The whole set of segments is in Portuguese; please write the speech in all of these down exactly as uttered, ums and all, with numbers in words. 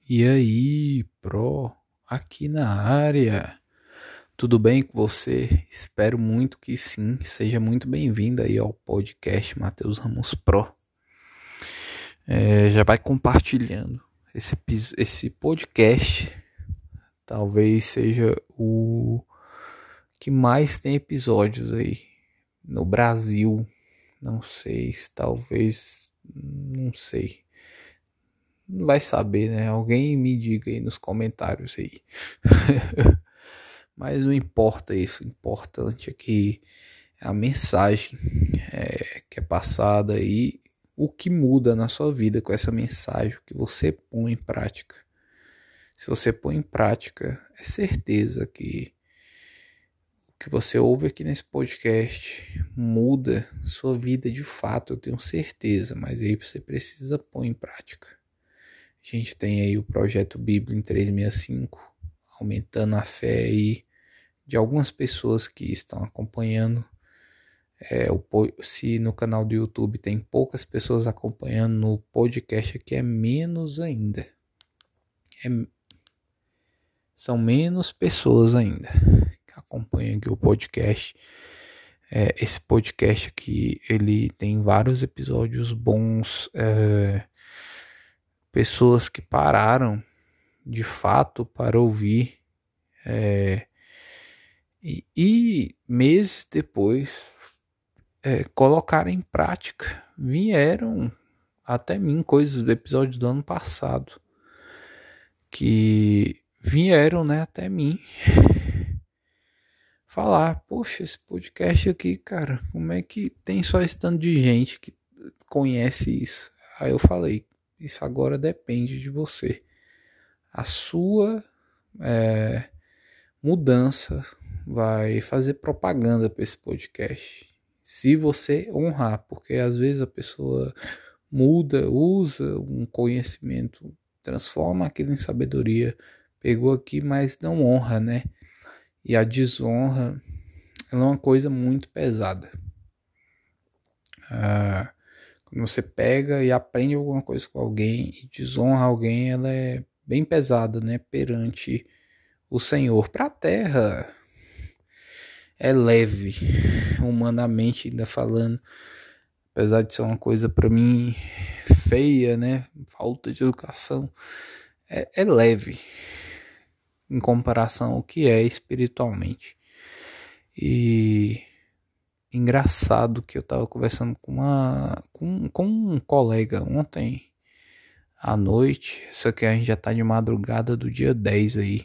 E aí, pro, aqui na área. Tudo bem com você? Espero muito que sim. Seja muito bem-vindo aí ao podcast Matheus Ramos Pro. É, já vai compartilhando esse, esse podcast. Talvez seja o que mais tem episódios aí no Brasil. Não sei, se talvez, não sei. Não vai saber, né? Alguém me diga aí nos comentários aí. Mas não importa isso, o importante é que a mensagem é, que é passada aí, o que muda na sua vida com essa mensagem, o que você põe em prática. Se você põe em prática, é certeza que o que você ouve aqui nesse podcast muda sua vida de fato, eu tenho certeza, mas aí você precisa pôr em prática. A gente tem aí o projeto Bíblia em trezentos e sessenta e cinco, aumentando a fé aí de algumas pessoas que estão acompanhando. É, o, se no canal do YouTube tem poucas pessoas acompanhando, no podcast aqui é menos ainda. É, são menos pessoas ainda que acompanham aqui o podcast. É, esse podcast aqui, ele tem vários episódios bons. É, pessoas que pararam de fato para ouvir. É, e, e meses depois é, colocaram em prática, vieram até mim coisas do episódio do ano passado que vieram, né, até mim falar, poxa, esse podcast aqui, cara, como é que tem só esse tanto de gente que conhece isso? Aí eu falei, isso agora depende de você. A sua é, mudança vai fazer propaganda para esse podcast. Se você honrar, porque às vezes a pessoa muda, usa um conhecimento, transforma aquilo em sabedoria, pegou aqui, mas não honra, né? E a desonra é uma coisa muito pesada. Ah, quando você pega e aprende alguma coisa com alguém e desonra alguém, ela é bem pesada, né? Perante o Senhor. Para a terra é leve, humanamente ainda falando, apesar de ser uma coisa para mim feia, né? Falta de educação, é, é leve em comparação ao que é espiritualmente. E engraçado que eu estava conversando com uma com, com um colega ontem à noite, só que a gente já tá de madrugada do dia dez aí.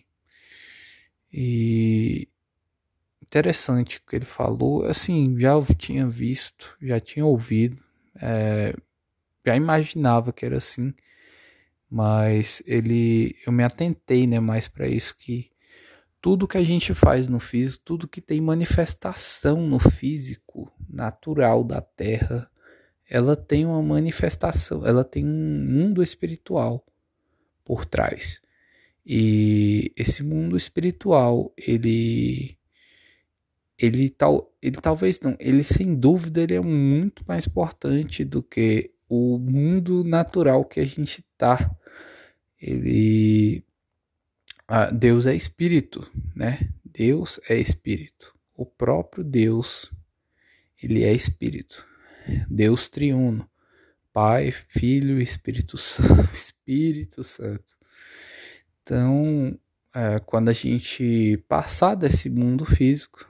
E interessante o que ele falou, assim, já tinha visto, já tinha ouvido, é, já imaginava que era assim, mas ele, eu me atentei, né, mais para isso, que tudo que a gente faz no físico, tudo que tem manifestação no físico natural da Terra, ela tem uma manifestação, ela tem um mundo espiritual por trás. E esse mundo espiritual, ele ele tal, ele talvez não, ele sem dúvida ele é muito mais importante do que o mundo natural que a gente tá. Ele ah, Deus é espírito, né? Deus é espírito. O próprio Deus, ele é espírito. Deus triuno. Pai, Filho e Espírito Santo. Espírito Santo. Então, é, quando a gente passar desse mundo físico,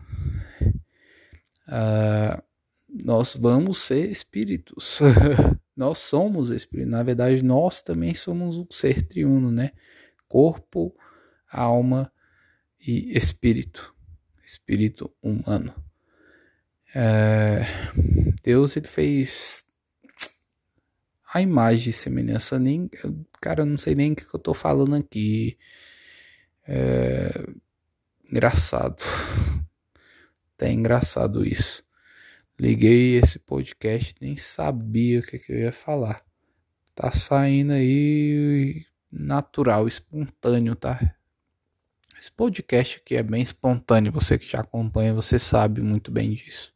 é, nós vamos ser espíritos. Nós somos espíritos. Na verdade, nós também somos um ser triuno, né? Corpo, alma e espírito. Espírito humano. É, Deus ele fez a imagem e semelhança. Nem, cara, eu não sei nem o que eu tô falando aqui. É, engraçado. Até engraçado isso. Liguei esse podcast, nem sabia o que, que eu ia falar. Tá saindo aí natural, espontâneo, tá? Esse podcast aqui é bem espontâneo. Você que já acompanha, você sabe muito bem disso.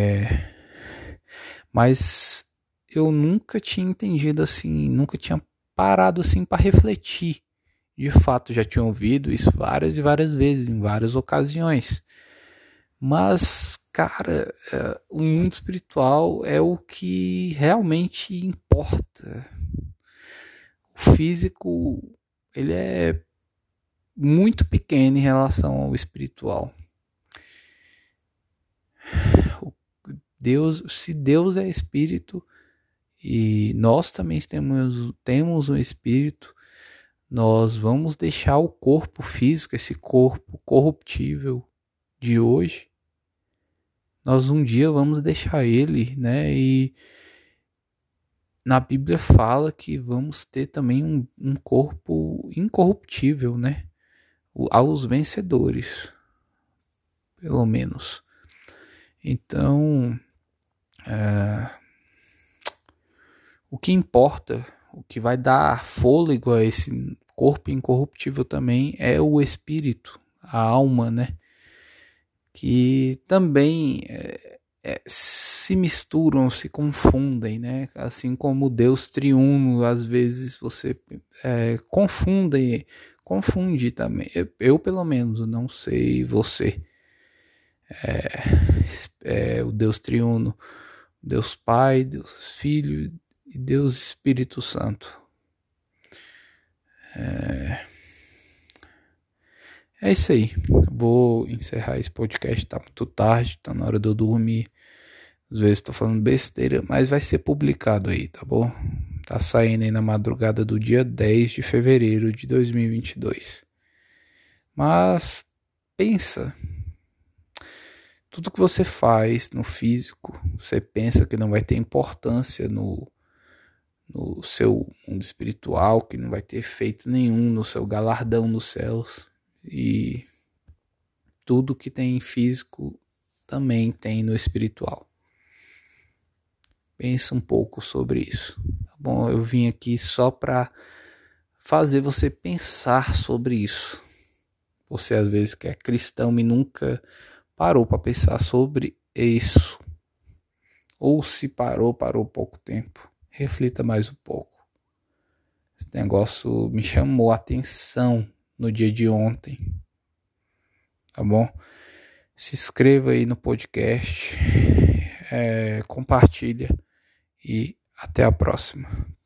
É... Mas eu nunca tinha entendido assim, nunca tinha parado assim para refletir. De fato, já tinha ouvido isso várias e várias vezes, em várias ocasiões. Mas, cara, é, o mundo espiritual é o que realmente importa. O físico, ele é muito pequeno em relação ao espiritual. Deus, se Deus é espírito e nós também temos, temos um espírito, nós vamos deixar o corpo físico, esse corpo corruptível de hoje, nós um dia vamos deixar ele, né? E na Bíblia fala que vamos ter também um, um corpo incorruptível, né? Aos vencedores, pelo menos. Então, é, o que importa, o que vai dar fôlego a esse corpo incorruptível também é o espírito, a alma, né? Que também é, é, se misturam, se confundem, né? Assim como Deus triuno, às vezes você é, confunde, confunde também. Eu, eu, pelo menos, não sei você. É, é, o Deus triuno, Deus Pai, Deus Filho e Deus Espírito Santo. É, é isso aí. Vou encerrar esse podcast, tá muito tarde, tá na hora de eu dormir. Às vezes estou falando besteira, mas vai ser publicado aí, tá bom? Tá saindo aí na madrugada do dia dez de fevereiro de dois mil e vinte e dois. Mas pensa, tudo que você faz no físico, você pensa que não vai ter importância no, no seu mundo espiritual, que não vai ter efeito nenhum no seu galardão nos céus. E tudo que tem físico também tem no espiritual. Pensa um pouco sobre isso. Tá bom? Eu vim aqui só para fazer você pensar sobre isso. Você às vezes que é cristão e nunca parou para pensar sobre isso. Ou se parou, parou pouco tempo. Reflita mais um pouco. Esse negócio me chamou a atenção no dia de ontem. Tá bom? Se inscreva aí no podcast. É, compartilha. E até a próxima.